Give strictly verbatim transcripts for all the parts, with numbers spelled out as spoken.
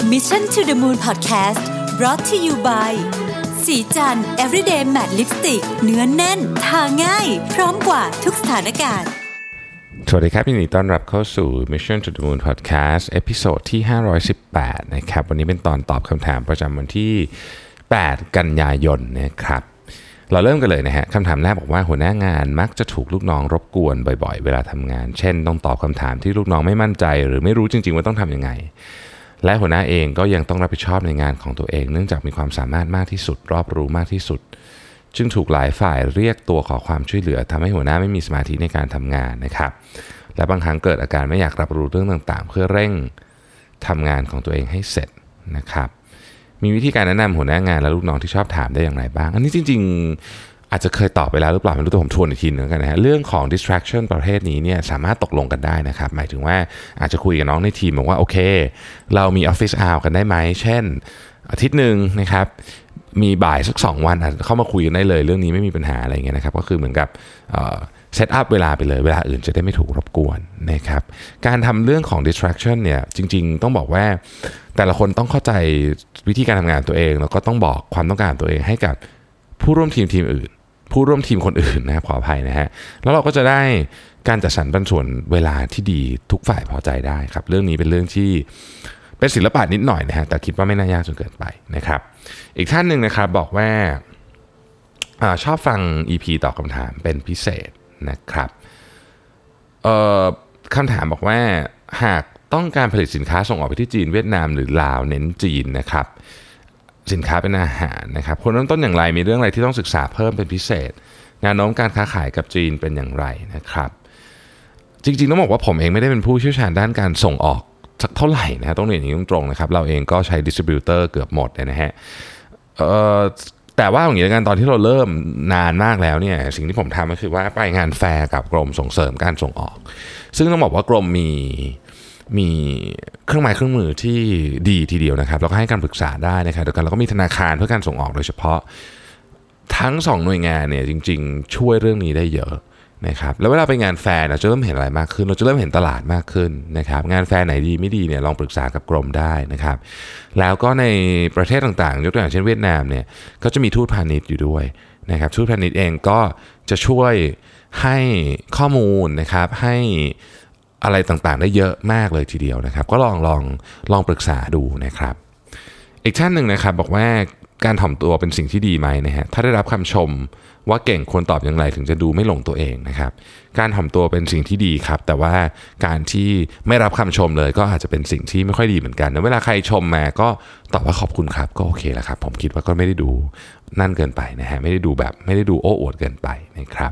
Mission to the Moon Podcast brought to you by สีจัน Everyday Matte Lipstick เนื้อนแน่นทาง่ายพร้อมกว่าทุกสถานการณ์สวัสดีครับยินดีต้อนรับเข้าสู่ Mission to the Moon Podcast เอพิโซดที่ห้าร้อยสิบแปดนะครับวันนี้เป็นตอนตอบคำถามประจำวันที่แปดกันยายนนะครับเราเริ่มกันเลยนะฮะคำถามแรกบอกว่าหัวหน้างานมักจะถูกลูกน้องรบกวนบ่อยๆเวลาทำงานเช่นต้องตอบคำถามที่ลูกน้องไม่มั่นใจหรือไม่รู้จริงๆว่าต้องทำยังไงและหัวหน้าเองก็ยังต้องรับผิดชอบในงานของตัวเองเนื่องจากมีความสามารถมากที่สุดรอบรู้มากที่สุดจึงถูกหลายฝ่ายเรียกตัวขอความช่วยเหลือทำให้หัวหน้าไม่มีสมาธิในการทำงานนะครับและบางครั้งเกิดอาการไม่อยากรับรู้เรื่องต่างๆเพื่อเร่งทำงานของตัวเองให้เสร็จนะครับมีวิธีการแนะนำหัวหน้างานและลูกน้องที่ชอบถามได้อย่างไรบ้างอันนี้จริงๆอาจจะเคยตอบไปแล้วหรือเปล่าไม่รู้แต่ผมทวนอีกทีนึงกันนะฮะเรื่องของ distraction ประเภทนี้เนี่ยสามารถตกลงกันได้นะครับหมายถึงว่าอาจจะคุยกับน้องในทีมบอกว่าโอเคเรามี office hour กันได้ไหมเช่นอาทิตย์นึงนะครับมีบ่ายสักสองวันเข้ามาคุยกันได้เลยเรื่องนี้ไม่มีปัญหาอะไรเงี้ยนะครับก็คือเหมือนกับเซตอัพเวลาไปเลยเวลาอื่นจะได้ไม่ถูกรบกวนนะครับการทำเรื่องของ distraction เนี่ยจริงๆต้องบอกว่าแต่ละคนต้องเข้าใจวิธีการทำงานตัวเองแล้วก็ต้องบอกความต้องการตัวเองให้กับผู้ร่วมทีมทีมอื่นผู้ร่วมทีมคนอื่นนะครับขออภัยนะฮะแล้วเราก็จะได้การจัดสรรปันส่วนเวลาที่ดีทุกฝ่ายพอใจได้ครับเรื่องนี้เป็นเรื่องที่เป็นศิลปะนิดหน่อยนะฮะแต่คิดว่าไม่น่ายากจนเกินไปนะครับอีกท่านหนึ่งนะครับบอกว่าอ่าชอบฟัง อี พี ตอบคำถามเป็นพิเศษนะครับเอ่อคำถามบอกว่าหากต้องการผลิตสินค้าส่งออกไปที่จีนเวียดนามหรือลาวเน้นจีนนะครับสินค้าเป็นอาหารนะครับควรเริ่มต้นอย่างไรมีเรื่องอะไรที่ต้องศึกษาเพิ่มเป็นพิเศษแนวโน้มการค้าขายกับจีนเป็นอย่างไรนะครับจริงๆต้องบอกว่าผมเองไม่ได้เป็นผู้เชี่ยวชาญด้านการส่งออกสักเท่าไหร่นะต้องเรียนอย่างนี้ตรงๆนะครับเราเองก็ใช้ดิสทริบิวเตอร์เกือบหมดนะฮะเอ่อแต่ว่าอย่างนี้กันตอนที่เราเริ่มนานมากแล้วเนี่ยสิ่งที่ผมทำก็คือว่าไปงานแฟร์กับกรมส่งเสริมการส่งออกซึ่งต้องบอกว่ากรมมีมีเครื่องไม้เครื่องมือที่ดีทีเดียวนะครับแล้วก็ให้การปรึกษาได้นะครับเดียวกันเราก็มีธนาคารเพื่อการส่งออกโดยเฉพาะทั้งสองหน่วยงานเนี่ยจริงๆช่วยเรื่องนี้ได้เยอะนะครับแล้วเวลาไปงานแฟร์เราจะเริ่มเห็นอะไรมากขึ้นเราจะเริ่มเห็นตลาดมากขึ้นนะครับงานแฟร์ไหนดีไม่ดีเนี่ยลองปรึกษากับกรมได้นะครับแล้วก็ในประเทศต่างๆยกตัวอย่างเช่นเวียดนามเนี่ยก็จะมีทูตพาณิชย์อยู่ด้วยนะครับทูตพาณิชย์เองก็จะช่วยให้ข้อมูลนะครับให้อะไรต่างๆได้เยอะมากเลยทีเดียวนะครับก็ลองลองลองปรึกษาดูนะครับอีกท่านหนึ่งนะครับบอกว่าการถ่อมตัวเป็นสิ่งที่ดีไหมนะฮะถ้าได้รับคำชมว่าเก่งควรตอบอย่างไรถึงจะดูไม่หลงตัวเองนะครับการถ่อมตัวเป็นสิ่งที่ดีครับแต่ว่าการที่ไม่รับคำชมเลยก็อาจจะเป็นสิ่งที่ไม่ค่อยดีเหมือนกันเวลาใครชมมาก็ตอบว่าขอบคุณครับก็โอเคแล้วครับผมคิดว่าก็ไม่ได้ดูนั่นเกินไปนะฮะไม่ได้ดูแบบไม่ได้ดูโอ้อวดเกินไปนะครับ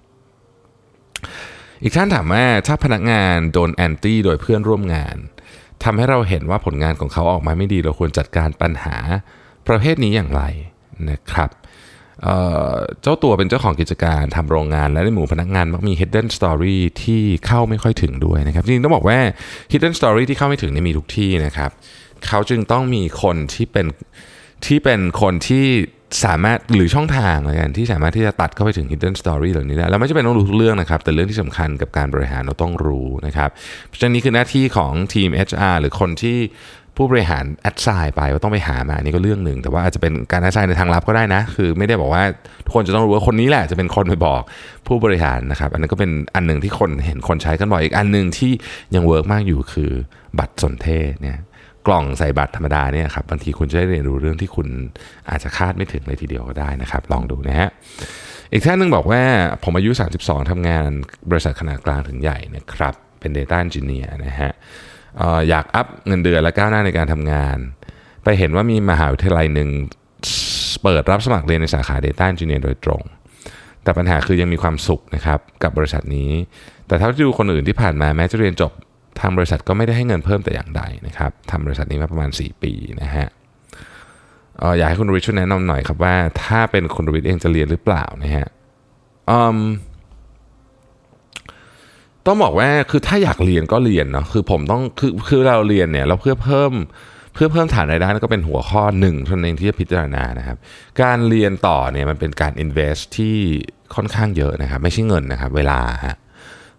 อีกท่านถามว่าถ้าพนักงานโดนแอนตี้โดยเพื่อนร่วมงานทำให้เราเห็นว่าผลงานของเขาออกมาไม่ดีเราควรจัดการปัญหาประเภทนี้อย่างไรนะครับ เอ่อ เจ้าตัวเป็นเจ้าของกิจการทำโรงงานและในหมู่พนักงานมักมี hidden story ที่เข้าไม่ค่อยถึงด้วยนะครับจริงๆต้องบอกว่า hidden story ที่เข้าไม่ถึงเนี่ยมีทุกที่นะครับเขาจึงต้องมีคนที่เป็นที่เป็นคนที่สามารถหรือช่องทางอะไรกันที่สามารถที่จะตัดเข้าไปถึง hidden story เหล่านี้ได้แล้วไม่จำเป็นต้องรู้ทุกเรื่องนะครับแต่เรื่องที่สำคัญกับการบริหารเราต้องรู้นะครับเพราะฉะนั้นนี่คือหน้าที่ของทีม เอช อาร์ หรือคนที่ผู้บริหารแอดไซน์ไปว่าต้องไปหามานี่ก็เรื่องหนึ่งแต่ว่าอาจจะเป็นการแอดไซน์ในทางลับก็ได้นะคือไม่ได้บอกว่าทุกคนจะต้องรู้ว่าคนนี้แหละจะเป็นคนไปบอกผู้บริหารนะครับอันนั้นก็เป็นอันหนึ่งที่คนเห็นคนใช้กันบ่อยอีกอันนึงที่ยังเวิร์กมากอยู่คือบัตรสนเทศเนี่ยกล่องใส่บัตรธรรมดาเนี่ยครับบางทีคุณจะได้เรียนรู้เรื่องที่คุณอาจจะคาดไม่ถึงเลยทีเดียวก็ได้นะครับลองดูนะฮะอีกท่านนึงบอกว่าผมอายุสามสิบสองทำงานบริษัทขนาดกลางถึงใหญ่นะครับเป็น Data Engineer นะฮะอยากอัพเงินเดือนและก้าวหน้าในการทำงานไปเห็นว่ามีมหาวิทยาลัยหนึ่งเปิดรับสมัครเรียนในสาขา Data Engineer โดยตรงแต่ปัญหาคือยังมีความสุขนะครับกับบริษัทนี้แต่เท่าที่ดูคนอื่นที่ผ่านมาแม้จะเรียนจบทางบริษัทก็ไม่ได้ให้เงินเพิ่มแต่อย่างใดนะครับทำบริษัทนี้มาประมาณสี่ปีนะฮะเอ่ออยากให้คุณวิทย์ช่วยแนะนำหน่อยครับว่าถ้าเป็นคุณวิทย์เองจะเรียนหรือเปล่านะฮะอืมต้องบอกว่าคือถ้าอยากเรียนก็เรียนเนาะคือผมต้องคือคือเราเรียนเนี่ยเราเพื่อเพิ่มเพื่อเพิ่มฐานรายได้ก็เป็นหัวข้อหนึ่งเท่านั้นเองที่จะพิจารณานะครับการเรียนต่อเนี่ยมันเป็นการ invest ที่ค่อนข้างเยอะนะครับไม่ใช่เงินนะครับเวลาฮะ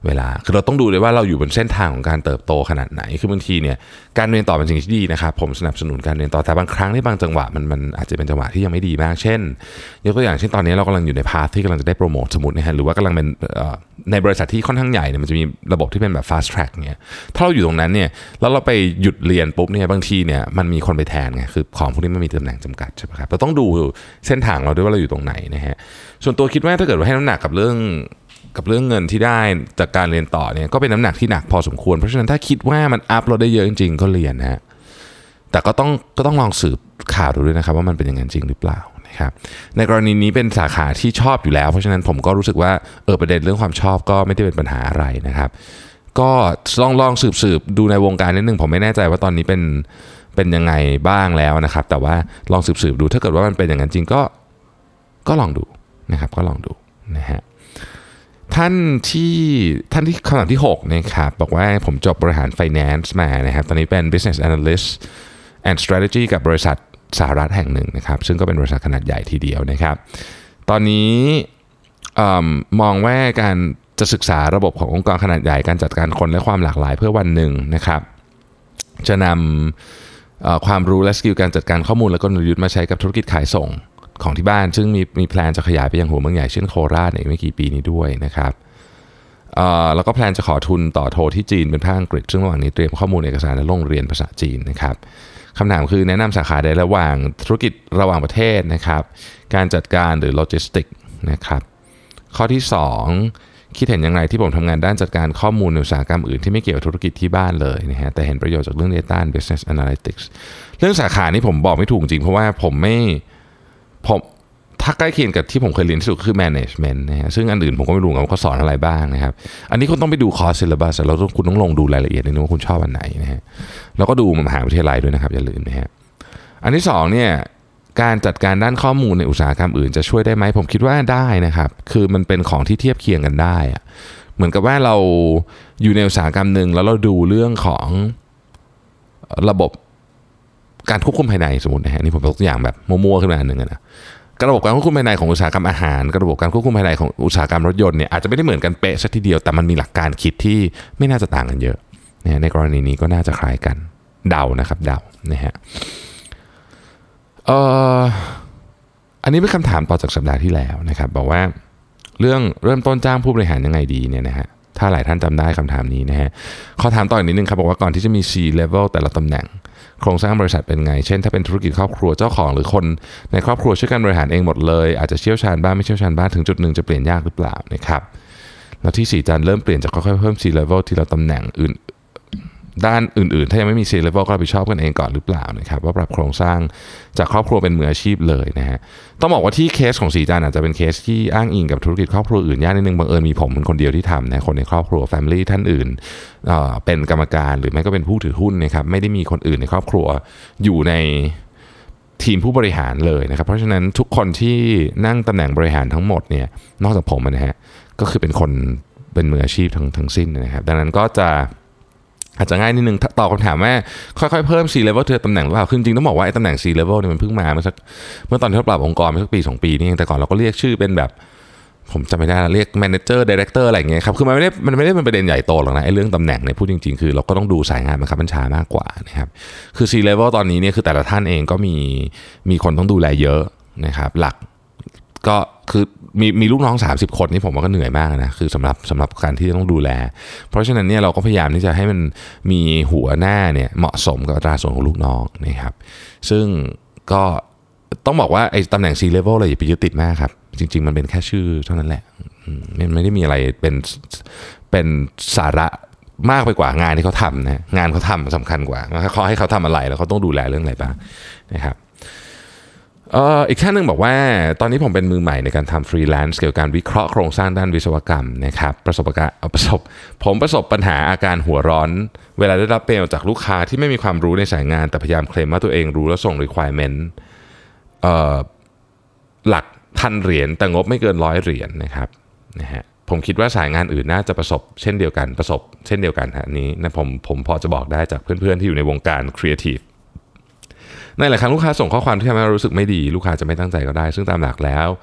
เวลาคือเราต้องดูเลยว่าเราอยู่บนเส้นทางของการเติบโตขนาดไหนคือบางทีเนี่ยการเรียนต่อเป็นสิ่งที่ดีนะครับผมสนับสนุนการเรียนต่อแต่บางครั้งในบางจังหวะมันมันอาจจะเป็นจังหวะที่ยังไม่ดีมากเช่นยกตัวอย่างเช่นตอนนี้เรากำลังอยู่ในพาธที่กำลังจะได้โปรโมทสมมุตินะฮะหรือว่ากำลังเป็นในบริษัทที่ค่อนข้างใหญ่เนี่ยมันจะมีระบบที่เป็นแบบ fast track เนี่ยถ้าเราอยู่ตรงนั้นเนี่ยแล้วเราไปหยุดเรียนปุ๊บเนี่ยบางทีเนี่ยมันมีคนไปแทนไงคือของพวกนี้มันมีตำแหน่งจำกัดใช่ไหมครับเราต้องดูเส้นทางเราด้วยว่าเราอยู่ตรงไหนนะฮะส่วนตัวคิดว่าถ้าเกิดว่าให้น้ำหนักกับเรื่องกับเรื่องเงินที่ได้จากการเรียนต่อเนี่ยก็เป็นน้ำหนักที่หนักพอสมควรเพราะฉะนั้นถ้าคิดว่ามันอัพเราได้เยอะจริงๆก็เรียนนะฮะแต่ก็ต้องก็ต้องลองสืบข่าวดูด้วยนะครับว่ามันเป็นอย่างนั้นจริงหรือเปล่านะครับในกรณีนี้เป็นสาขาที่ชอบอยู่แล้วเพราะฉะนั้นผมก็รู้สึกว่าเออประเด็นเรื่องความชอบก็ไม่ได้เป็นปัญหาอะไรนะครับก็ลองลองสืบสืบดูในวงการนิดนึงผมไม่แน่ใจว่าตอนนี้เป็นเป็นยังไงบ้างแล้วนะครับแต่ว่าลองสืบสืบดูถ้าเกิดว่ามันเป็นอย่างนั้นจริงก็ก็ลองดูนะครับก็ลองดูนะฮะท่านที่ท่านที่คำถามที่หกนะครับบอกว่าผมจบบริหาร Finance มานะครับตอนนี้เป็น Business Analyst and Strategy กับบริษัทสหรัฐแห่งหนึ่งนะครับซึ่งก็เป็นบริษัทขนาดใหญ่ทีเดียวนะครับตอนนี้มองว่าการจะศึกษาระบบขององค์กรขนาดใหญ่การจัดการคนและความหลากหลายเพื่อวันหนึ่งนะครับจะนำความรู้และสกิลการจัดการข้อมูลและกลยุทธ์มาใช้กับธุรกิจขายส่งของที่บ้านซึ่งมีมีแพลนจะขยายไปยังหัวเมืองใหญ่เช่นโคราชในไม่กี่ปีนี้ด้วยนะครับแล้วก็แพลนจะขอทุนต่อโทที่จีนเป็นภาคอังกฤษซึ่งระหว่างนี้เตรียมข้อมูลเอกสารและลงเรียนภาษาจีนนะครับคำถามคือแนะนำสาขาใดระหว่างธุรกิจระหว่างประเทศนะครับการจัดการหรือโลจิสติกนะครับข้อที่สองคิดเห็นอย่างไรที่ผมทำงานด้านจัดการข้อมูลในอุตสาหกรรมอื่นที่ไม่เกี่ยวกับธุรกิจที่บ้านเลยนะฮะแต่เห็นประโยชน์จากเรื่อง Data and Business Analytics เรื่องสาขานี้ผมบอกไม่ถูกจริงเพราะว่าผมไม่ผมถ้าใกล้เคียงกับที่ผมเคยเรียนที่สุดคือ management นะฮะซึ่งอันอื่นผมก็ไม่รู้ว่าเขาสอนอะไรบ้างนะครับอันนี้คุณต้องไปดูคอร์ส syllabus แล้วคุณต้องลงดูรายละเอียดนิดนึงว่าคุณชอบอันไหนนะฮะแล้วก็ดูมหาวิทยาลัยด้วยนะครับอย่าลืมนะฮะอันที่สองเนี่ยการจัดการด้านข้อมูลในอุตสาหกรรมอื่นจะช่วยได้ไหมผมคิดว่าได้นะครับคือมันเป็นของที่เทียบเคียงกันได้อะเหมือนกับว่าเราอยู่ในอุตสาหกรรมนึงแล้วเราดูเรื่องของระบบการควบคุมภายในสมมุตินะฮะนี่ผมยกตัวอย่างแบบมั่วๆขึ้นมาอันนึงนะระบบการควบคุมภายในของอุตสาหกรรมอาหารกับระบบการควบคุมภายในของอุตสาหกรรมรถยนต์เนี่ยอาจจะไม่ได้เหมือนกันเป๊ะซะทีเดียวแต่มันมีหลักการคิดที่ไม่น่าจะต่างกันเยอะนะในกรณีนี้ก็น่าจะคล้ายกันเดานะครับเดานะฮะเอ่ออันนี้เป็นคำถามต่อจากสัปดาห์ที่แล้วนะครับบอกว่าเรื่องเริ่มต้นจ้างผู้บริหารยังไงดีเนี่ยนะฮะถ้าหลายท่านจำได้คำถามนี้นะฮะขอถามต่ออีกนิดนึงครับบอกว่าก่อนที่จะมี C level แต่ละตำแหน่งโครงสร้างบริษัทเป็นไงเช่นถ้าเป็นธุรกิจครอบครัวเจ้าของหรือคนในครอบครัวช่วยกันบริหารเองหมดเลยอาจจะเชี่ยวชาญบ้างไม่เชี่ยวชาญบ้างถึงจุดหนึ่งจะเปลี่ยนยากหรือเปล่านะครับแล้วที่สี่จันเริ่มเปลี่ยนจากค่อยๆเพิ่ม C level ทีละตำแหน่งอื่นด้านอื่นๆถ้ายังไม่มี C level ก็รับผิดชอบกันเองก่อนหรือเปล่านะครับว่าปรับโครงสร้างจากครอบครัวเป็นมืออาชีพเลยนะฮะต้องบอกว่าที่เคสของสีจันอาจจะเป็นเคสที่อ้างอิงกับธุรกิจครอบครัวอื่นยากนิดนึงบังเอิญมีผมเป็นคนเดียวที่ทำนะคนในครอบครัว family ท่านอื่นเอ่อเป็นกรรมการหรือไม่ก็เป็นผู้ถือหุ้นนะครับไม่ได้มีคนอื่นในครอบครัวอยู่ในทีมผู้บริหารเลยนะครับเพราะฉะนั้นทุกคนที่นั่งตำแหน่งบริหารทั้งหมดเนี่ยนอกจากผมนะฮะก็คือเป็นคนเป็นมืออาชีพทั้งทั้งสิ้นนะครับดังนั้นก็จะอาจจะง่ายนิดนึงตอบคำถามว่าค่อยๆเพิ่ม C level เธอตำแหน่งหรือเปล่าคือจริงๆต้องบอกว่าไอ้ตำแหน่ง C level เนี่ยมันเพิ่งมาเมื่อสักเมื่อตอนที่เราปรับองค์กรเมื่อสักปีสองปีนี่เองแต่ก่อนเราก็เรียกชื่อเป็นแบบผมจำไม่ได้เรียก manager director อะไรอย่างเงี้ยครับคือมันไม่ได้มันไม่ได้เป็นประเด็นใหญ่โตหรอกนะไอ้เรื่องตำแหน่งเนี่ยพูดจริงๆคือเราก็ต้องดูสายงานบังคับบัญชามากกว่านะครับคือ C level ตอนนี้เนี่ยคือแต่ละท่านเองก็มีมีคนต้องดูแลเยอะนะครับหลักก็คือมีมีลูกน้องสามสิบคนนี่ผมว่าก็เหนื่อยมากนะคือสำหรับสำหรับการที่ต้องดูแลเพราะฉะนั้นเนี่ยเราก็พยายามที่จะให้มันมีหัวหน้าเนี่ยเหมาะสมกับอัตราส่วนของลูกน้องนะครับซึ่งก็ต้องบอกว่าไอ้ตำแหน่ง C level เลยอย่าไปยึดติดมากครับจริงๆมันเป็นแค่ชื่อเท่านั้นแหละมันไม่ได้มีอะไรเป็นเป็นสาระมากไปกว่างานที่เขาทำนะงานเขาทำสำคัญกว่าเขาให้เขาทำอะไรแล้วเขาต้องดูแลเรื่องอะไรบ้างนะครับเอ่ออีกท่านนึงบอกว่าตอนนี้ผมเป็นมือใหม่ในการทำฟรีแลนซ์เกี่ยวกับการวิเคราะห์โครงสร้างด้านวิศวกรรมนะครับประสบการณ์ประสบผมประสบปัญหาอาการหัวร้อนเวลาได้รับเมลจากลูกค้าที่ไม่มีความรู้ในสายงานแต่พยายามเคลมว่าตัวเองรู้แล้วส่ง requirement เอ่อหลักพันเหรียญแต่งบไม่เกินร้อยเหรียญนะครับนะฮะผมคิดว่าสายงานอื่นน่าจะประสบเช่นเดียวกันประสบเช่นเดียวกันฮะนี้นะผมผมพอจะบอกได้จากเพื่อนๆที่อยู่ในวงการครีเอทีฟในหลายครั้งลูกค้าส่งข้อความที่ทำให้เรารู้สึกไม่ดีลูกค้าจะไม่ตั้งใจก็ได้ซึ่งตามหลักแล้ว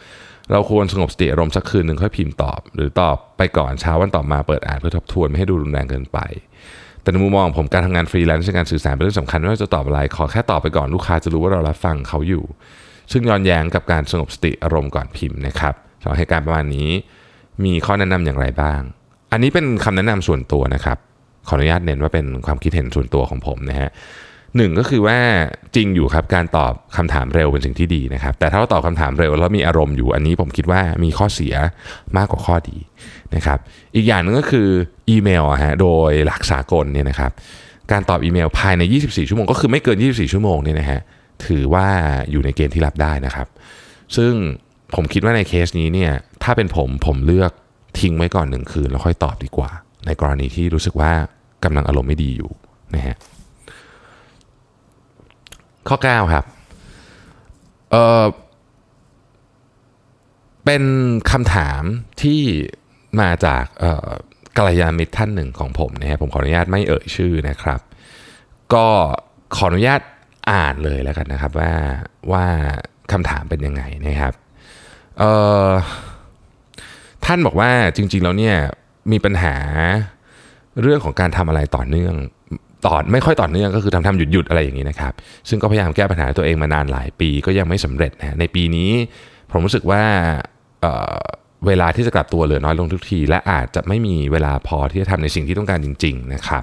เราควรสงบสติอารมณ์สักคืนหนึ่งค่อยพิมพ์ตอบหรือตอบไปก่อนเช้าวันต่อมาเปิดอ่านเพื่อทบทวนไม่ให้ดูรุนแรงเกินไปแต่ในมุมมองผมการทำงานฟรีแลนซ์ในการสื่อสารเป็นเรื่องสำคัญไม่ว่าจะตอบอะไรขอแค่ตอบไปก่อนลูกค้าจะรู้ว่าเรารับฟังเขาอยู่ซึ่งย้อนแย้งกับการสงบสติอารมณ์ก่อนพิมพ์นะครับสำหรับเหตุการณ์ประมาณนี้มีข้อแนะนำอย่างไรบ้างอันนี้เป็นคำแนะนำส่วนตัวนะครับขออนุญาตเน้นว่าเป็นความคิดเห็นส่วนตัวของผมนะฮะหนึ่งก็คือว่าจริงอยู่ครับการตอบคำถามเร็วเป็นสิ่งที่ดีนะครับแต่ถ้าเราตอบคำถามเร็วแล้วมีอารมณ์อยู่อันนี้ผมคิดว่ามีข้อเสียมากกว่าข้อดีนะครับอีกอย่างนึงก็คืออีเมลฮะโดยหลักสากลเนี่ยนะครับการตอบอีเมลภายในยี่สิบสี่ชั่วโมงก็คือไม่เกินยี่สิบสี่ชั่วโมงเนี่ยนะฮะถือว่าอยู่ในเกณฑ์ที่รับได้นะครับซึ่งผมคิดว่าในเคสนี้เนี่ยถ้าเป็นผมผมเลือกทิ้งไว้ก่อนหนึ่งคืนแล้วค่อยตอบดีกว่าในกรณีที่รู้สึกว่ากำลังอารมณ์ไม่ดีอยู่นะฮะข้อเก้าครับเอ่อเป็นคำถามที่มาจากเอ่อกัลยาณมิตรท่านหนึ่งของผมนะฮะผมขออนุญาตไม่เอ่ยชื่อนะครับก็ขออนุญาตอ่านเลยแล้วกันนะครับว่าว่าคำถามเป็นยังไงนะครับเอ่อท่านบอกว่าจริงๆแล้วเนี่ยมีปัญหาเรื่องของการทำอะไรต่อเนื่องต่อไม่ค่อยต่อเนื่องก็คือทำทำหยุดหยุดอะไรอย่างนี้นะครับซึ่งก็พยายามแก้ปัญหาตัวเองมานานหลายปีก็ยังไม่สำเร็จนะในปีนี้ผมรู้สึกว่า เอ่อ เวลาที่จะกลับตัวเหลือน้อยลงทุกทีและอาจจะไม่มีเวลาพอที่จะทำในสิ่งที่ต้องการจริงๆนะครับ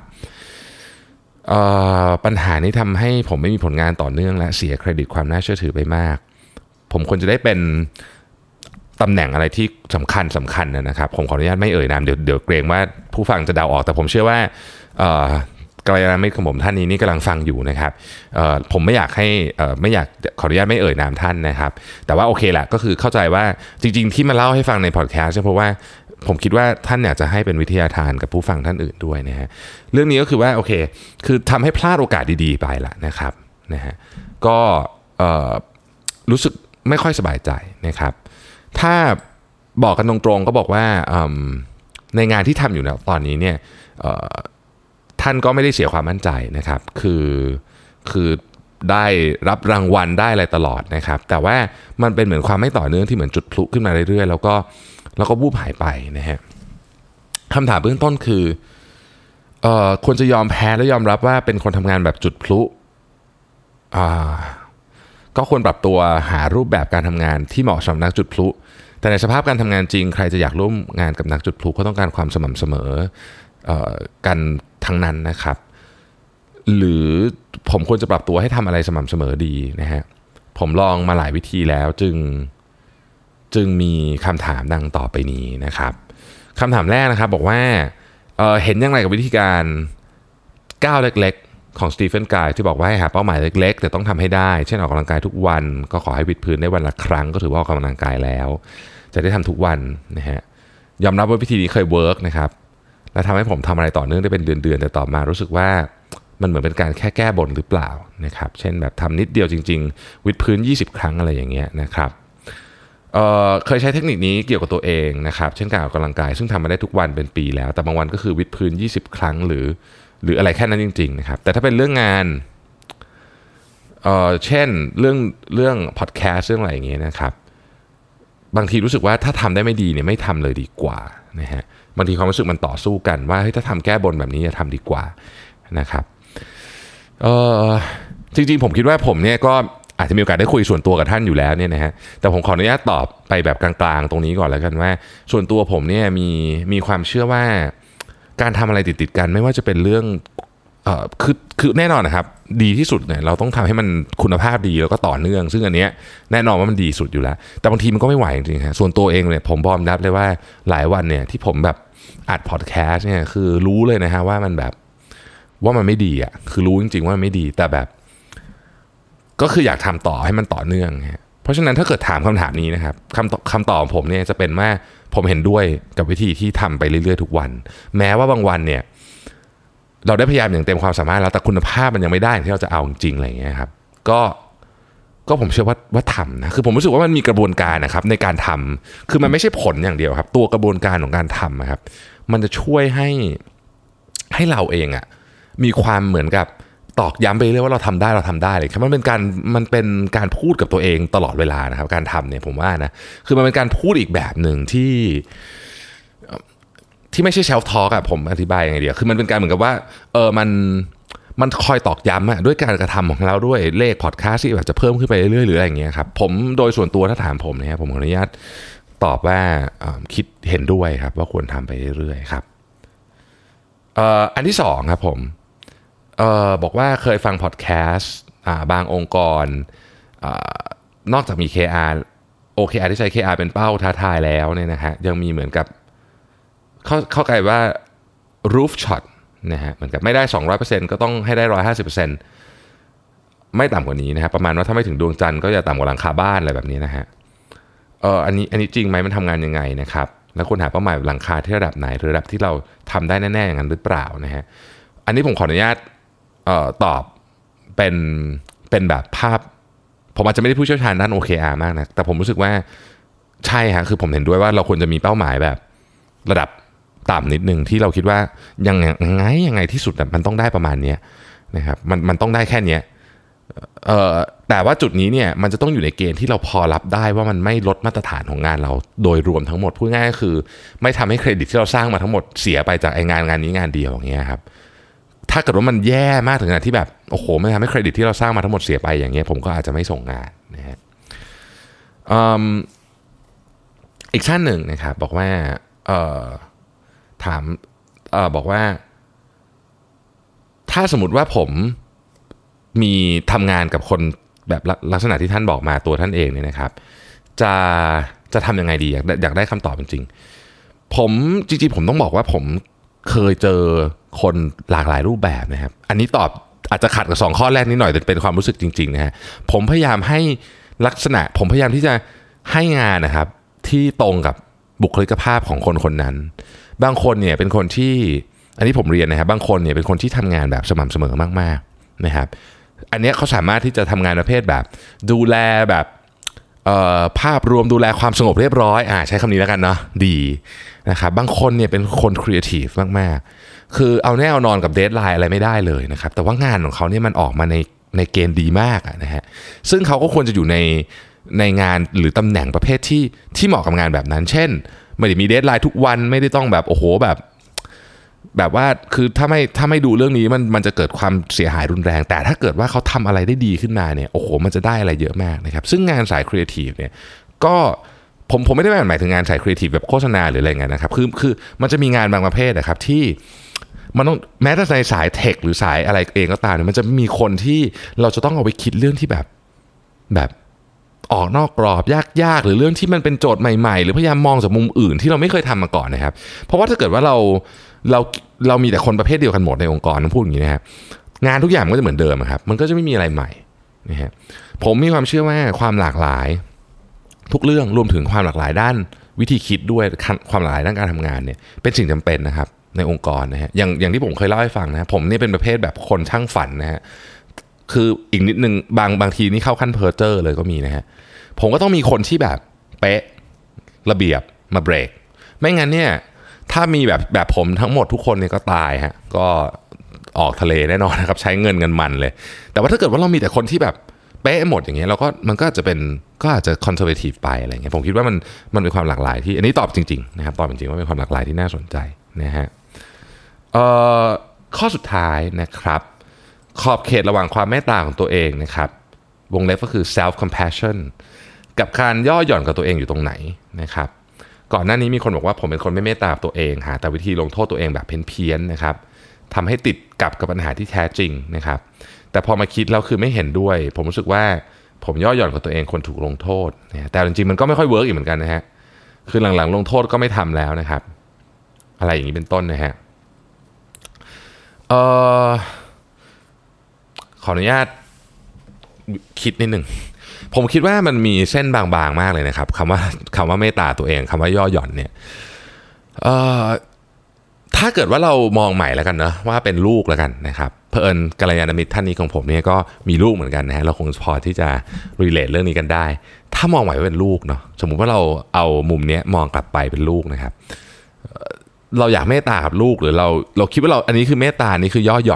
ปัญหานี้ทำให้ผมไม่มีผลงานต่อเนื่องและเสียเครดิตความน่าเชื่อถือไปมากผมควรจะได้เป็นตำแหน่งอะไรที่สำคัญสำคัญนะครับผมขออนุญาตไม่เอ่ยนามเดี๋ยวเดี๋ยวเกรงว่าผู้ฟังจะเดาออกแต่ผมเชื่อว่ากัลยาณมิตรของผมท่านนี้นี่กำลังฟังอยู่นะครับผมไม่อยากให้ไม่อยากขออนุญาตไม่เอ่ยนามท่านนะครับแต่ว่าโอเคแหละก็คือเข้าใจว่าจริงๆที่มาเล่าให้ฟังในพอดแคสต์เพราะว่าผมคิดว่าท่านอยากจะให้เป็นวิทยาทานกับผู้ฟังท่านอื่นด้วยนะฮะเรื่องนี้ก็คือว่าโอเคคือทำให้พลาดโอกาสดีๆไปละนะครับนะฮะก็รู้สึกไม่ค่อยสบายใจนะครับถ้าบอกกันตรงๆก็บอกว่าในงานที่ทำอยู่นะตอนนี้เนี่ยท่านก็ไม่ได้เสียความมั่นใจนะครับคือคือได้รับรางวัลได้อะไรตลอดนะครับแต่ว่ามันเป็นเหมือนความไม่ต่อเนื่องที่เหมือนจุดพลุขึ้นมาเรื่อยๆแล้วก็แล้วก็วูบหายไปนะฮะคำถามเบื้องต้นคือเอ่อควรจะยอมแพ้และยอมรับว่าเป็นคนทำงานแบบจุดพลุอ่าก็ควรปรับตัวหารูปแบบการทำงานที่เหมาะสำหรับนักจุดพลุแต่ในสภาพการทำงานจริงใครจะอยากร่วมงานกับนักจุดพลุก็ต้องการความสม่ำเสมอเอ่อกันทั้งนั้นนะครับหรือผมควรจะปรับตัวให้ทำอะไรสม่ำเสมอดีนะฮะผมลองมาหลายวิธีแล้วจึงจึงมีคำถามดังต่อไปนี้นะครับคำถามแรกนะครับบอกว่า เอ่อ เห็นอย่างไรกับวิธีการก้าวเล็กๆของสตีเฟนไกร์ที่บอกว่าให้หาเป้าหมายเล็กๆแต่ต้องทำให้ได้เช่นออกกำลังกายทุกวันก็ขอให้วิดพื้นได้วันละครั้งก็ถือว่าออกกำลังกายแล้วจะได้ทำทุกวันนะฮะยอมรับว่าวิธีนี้เคยเวิร์กนะครับและทำให้ผมทำอะไรต่อเนื่องได้เป็นเดือนๆแต่ต่อมารู้สึกว่ามันเหมือนเป็นการแค่แก้บนหรือเปล่านะครับเช่นแบบทำนิดเดียวจริงๆวิดพื้นยี่สิบครั้งอะไรอย่างเงี้ยนะครับ เอ่อ เคยใช้เทคนิคนี้เกี่ยวกับตัวเองนะครับเช่นการออกกำลังกายซึ่งทำมาได้ทุกวันเป็นปีแล้วแต่บางวันก็คือวิดพื้นยี่สิบครั้งหรือหรืออะไรแค่นั้นจริงๆนะครับแต่ถ้าเป็นเรื่องงานเอ่อเช่นเรื่องเรื่องพอดแคสต์เรื่องอะไรอย่างเงี้ยนะครับบางทีรู้สึกว่าถ้าทำได้ไม่ดีเนี่ยไม่ทำเลยดีกว่านะฮะบางทีความรู้สึกมันต่อสู้กันว่าเฮ้ยถ้าทำแก้บนแบบนี้จะทำดีกว่านะครับเอ่อจริงๆผมคิดว่าผมเนี่ยก็อาจจะมีโอกาสได้คุยส่วนตัวกับท่านอยู่แล้วเนี่ยนะฮะแต่ผมขออนุญาตตอบไปแบบกลางๆตรงนี้ก่อนแล้วกันว่าส่วนตัวผมเนี่ยมีมีความเชื่อว่าการทำอะไรติดๆกันไม่ว่าจะเป็นเรื่องเอ่อคือคือแน่นอนนะครับดีที่สุดเนี่ยเราต้องทำให้มันคุณภาพดีแล้วก็ต่อเนื่องซึ่งอันเนี้ยแน่นอนว่ามันดีสุดอยู่แล้วแต่บางทีมันก็ไม่ไหวจริงๆฮะส่วนตัวเองเนี่ยผมบอมรับเลยว่าหลายวันเนี่ยที่ผมแบบอัดพอดแคสต์เนี่ยคือรู้เลยนะฮะว่ามันแบบว่ามันไม่ดีอ่ะคือรู้จริงๆว่ามันไม่ดีแต่แบบก็คืออยากทำต่อให้มันต่อเนื่องเพราะฉะนั้นถ้าเกิดถามคำถามนี้นะครับคำคำตอบของผมเนี่ยจะเป็นว่าผมเห็นด้วยกับวิธีที่ทำไปเรื่อยๆทุกวันแม้ว่าบางวันเนี่ยเราได้พยายามอย่างเต็มความสามารถแล้วแต่คุณภาพมันยังไม่ได้ที่เราจะเอาจริงๆอะไรอย่างเงี้ยครับก็ก็ผมเชื่อว่าว่าทำนะคือผมรู้สึกว่ามันมีกระบวนการนะครับในการทำคือมันไม่ใช่ผลอย่างเดียวครับตัวกระบวนการของการทำนะครับมันจะช่วยให้ให้เราเองอะมีความเหมือนกับตอกย้ำไปเรื่อยว่าเราทำได้เราทำได้เลยครับมันเป็นการมันเป็นการพูดกับตัวเองตลอดเวลานะครับการทำเนี่ยผมว่านะคือมันเป็นการพูดอีกแบบหนึ่งที่ที่ไม่ใช่เชลฟ์ทอล์กอะผมอธิบายยังไงดีคือมันเป็นการเหมือนกับว่าเออมันมันคอยตอกย้ำอะด้วยการกระทำของเราด้วยเลขพอดแคสต์ที่แบบจะเพิ่มขึ้นไปเรื่อยๆหรืออะไรอย่างเงี้ยครับผมโดยส่วนตัวถ้าถามผมเนี่ยผมขออนุญาตตอบว่าคิดเห็นด้วยครับว่าควรทำไปเรื่อยๆครับอันที่สองครับผมเอ่อบอกว่าเคยฟังพอดแคสต์บางองค์กรนอกจากมี เค อาร์ โอ เค อาร์ ที่ใช้ เค อาร์ เป็นเป้าท้าทายแล้วเนี่ยนะฮะยังมีเหมือนกับเข้าเข้าใจว่า roof shot นะฮะเหมือนกับไม่ได้ สองร้อยเปอร์เซ็นต์ ก็ต้องให้ได้ หนึ่งร้อยห้าสิบเปอร์เซ็นต์ ไม่ต่ำกว่านี้นะครับประมาณว่าถ้าไม่ถึงดวงจันทร์ก็อย่าต่ำกว่าหลังคาบ้านอะไรแบบนี้นะฮะเอ่ออันนี้อันนี้จริงไหมมันทำงานยังไงนะครับแล้วคุณหาเป้าหมายหลังคาที่ระดับไหนหรือระดับที่เราทำได้แน่ๆอย่างนั้นหรือเปล่านะฮะอันนี้ผมขออนุญาตเอ่อตอบเป็นเป็นแบบภาพผมอาจจะไม่ได้ผู้เชี่ยวชาญด้าน โอ เค อาร์ มากนะแต่ผมรู้สึกว่าใช่ฮะคือผมเห็นด้วยว่าเราควรจะมีเป้าหมายแบบระดับต่ำนิดนึงที่เราคิดว่ายังไงยังไงที่สุดมันต้องได้ประมาณนี้นะครับมันมันต้องได้แค่นี้เอ่อแต่ว่าจุดนี้เนี่ยมันจะต้องอยู่ในเกณฑ์ที่เราพอรับได้ว่ามันไม่ลดมาตรฐานของงานเราโดยรวมทั้งหมดพูดง่ายก็คือไม่ทำให้เครดิตที่เราสร้างมาทั้งหมดเสียไปจากไอ้งานงานนี้งานเดียวอย่างเงี้ยครับถ้าเกิดว่ามันแย่มากถึงขนาดที่แบบโอ้โหไม่ทำให้เครดิตที่เราสร้างมาทั้งหมดเสียไปอย่างเงี้ยผมก็อาจจะไม่ส่งงานนะฮะอีกท่านหนึ่งนะครับบอกว่าเอ่อถามเอ่อบอกว่าถ้าสมมติว่าผมมีทำงานกับคนแบบลักษณะที่ท่านบอกมาตัวท่านเองเนี่ยนะครับจะจะทำยังไงดีอยากอยากได้คำตอบจริงๆผมจริงๆผมต้องบอกว่าผมเคยเจอคนหลากหลายรูปแบบนะครับอันนี้ตอบอาจจะขัดกับสองข้อแรกนิดหน่อยแต่เป็นความรู้สึกจริงๆนะฮะผมพยายามให้ลักษณะผมพยายามที่จะให้งานนะครับที่ตรงกับบุคลิกภาพของคนคนนั้นบางคนเนี่ยเป็นคนที่อันนี้ผมเรียนนะครับบางคนเนี่ยเป็นคนที่ทำงานแบบสม่ำเสมอมากๆนะครับอันนี้เขาสามารถที่จะทำงานประเภทแบบดูแลแบบภาพรวมดูแลความสงบเรียบร้อยอ่าใช้คำนี้แล้วกันเนาะดีนะครับบางคนเนี่ยเป็นคนครีเอทีฟมากๆคือเอาแน่เอานอนกับเดดไลน์อะไรไม่ได้เลยนะครับแต่ว่างานของเขาเนี่ยมันออกมาในในเกณฑ์ดีมากนะฮะซึ่งเขาก็ควรจะอยู่ในในงานหรือตำแหน่งประเภทที่ที่เหมาะกับงานแบบนั้นเช่นไม่ได้มีเดดไลน์ทุกวันไม่ได้ต้องแบบโอ้โหแบบแบบว่าคือถ้าไม่ถ้าไม่ดูเรื่องนี้มันมันจะเกิดความเสียหายรุนแรงแต่ถ้าเกิดว่าเขาทำอะไรได้ดีขึ้นมาเนี่ยโอ้โหมันจะได้อะไรเยอะมากนะครับซึ่งงานสายครีเอทีฟเนี่ยก็ผมผมไม่ได้หมายถึงงานสายครีเอทีฟแบบโฆษณาหรืออะไรเงี้ยนะครับคือคือมันจะมีงานบางประเภทนะครับที่มันต้องแม้แต่ในสายเทคหรือสายอะไรเองก็ตามเนี่ยมันจะมีคนที่เราจะต้องเอาไปคิดเรื่องที่แบบแบบออกนอกกรอบยากๆหรือเรื่องที่มันเป็นโจทย์ใหม่ๆหรือพยายามมองจากมุมอื่นที่เราไม่เคยทำมาก่อนนะครับเพราะว่าถ้าเกิดว่าเราเราเรามีแต่คนประเภทเดียวกันหมดในองค์กรต้องพูดอย่างนี้นะครับงานทุกอย่างมันก็จะเหมือนเดิมครับมันก็จะไม่มีอะไรใหม่นะฮะผมมีความเชื่อว่าความหลากหลายทุกเรื่องรวมถึงความหลากหลายด้านวิธีคิดด้วยความหลากหลายด้านการทำงานเนี่ยเป็นสิ่งจำเป็นนะครับในองค์กรนะฮะอย่างอย่างที่ผมเคยเล่าให้ฟังนะผมนี่เป็นประเภทแบบคนช่างฝันนะฮะคืออีกนิดนึงบางบางทีนี่เข้าขั้นเพ้อเจ้อเลยก็มีนะฮะผมก็ต้องมีคนที่แบบเป๊ะระเบียบมาเบรกไม่งั้นเนี่ยถ้ามีแบบแบบผมทั้งหมดทุกคนเนี่ยก็ตายฮะก็ออกทะเลแน่นอนนะครับใช้เงินเงินมันเลยแต่ว่าถ้าเกิดว่าเรามีแต่คนที่แบบเป๊ะหมดอย่างเงี้ยเราก็มันก็อาจจะเป็นก็อาจจะคอนเซอร์เวทีฟไปอะไรเงี้ยผมคิดว่ามันมันเป็นความหลากหลายที่อันนี้ตอบจริงๆนะครับตอบจริงๆว่าเป็นความหลากหลายที่น่าสนใจนะฮะเอ่อข้อสุดท้ายนะครับขอบเขตระหว่างความเมตตาของตัวเองนะครับวงเล็บก็คือ self compassion กับการย่อหย่อนกับตัวเองอยู่ตรงไหนนะครับก่อนหน้านี้มีคนบอกว่าผมเป็นคนไม่เมตตาตัวเองหาแต่วิธีลงโทษตัวเองแบบเพี้ยนๆนะครับทำให้ติดกับกับปัญหาที่แท้จริงนะครับแต่พอมาคิดแล้วคือไม่เห็นด้วยผมรู้สึกว่าผมย่อหย่อนกับตัวเองคนถูกลงโทษนะแต่จริงๆมันก็ไม่ค่อยเวิร์กอีกเหมือนกันนะฮะคือหลังๆลงโทษก็ไม่ทำแล้วนะครับอะไรอย่างนี้เป็นต้นนะฮะเอ่อขออนุญาตคิดนิดหนึ่งผมคิดว่ามันมีเส้นบางๆมากเลยนะครับคำว่าคำว่าเมตตาตัวเองคำว่าย่อหย่อนเนี่ยเอ่อถ้าเกิดว่าเรามองใหม่แล้วกันเนาะว่าเป็นลูกแล้วกันนะครับเผอิญกัลยาณมิตรท่านนี้ของผมเนี่ยก็มีลูกเหมือนกันนะฮะเราคงพอที่จะรีเลทเรื่องนี้กันได้ถ้ามองใหม่ว่าเป็นลูกเนาะสมมุติว่าเราเอามุมนี้มองกลับไปเป็นลูกนะครับเราอยากเมตตากับลูกหรือเราเราคิดว่าเราอันนี้คือเมตตานี่คือย่อหย่อนเนี่ยผ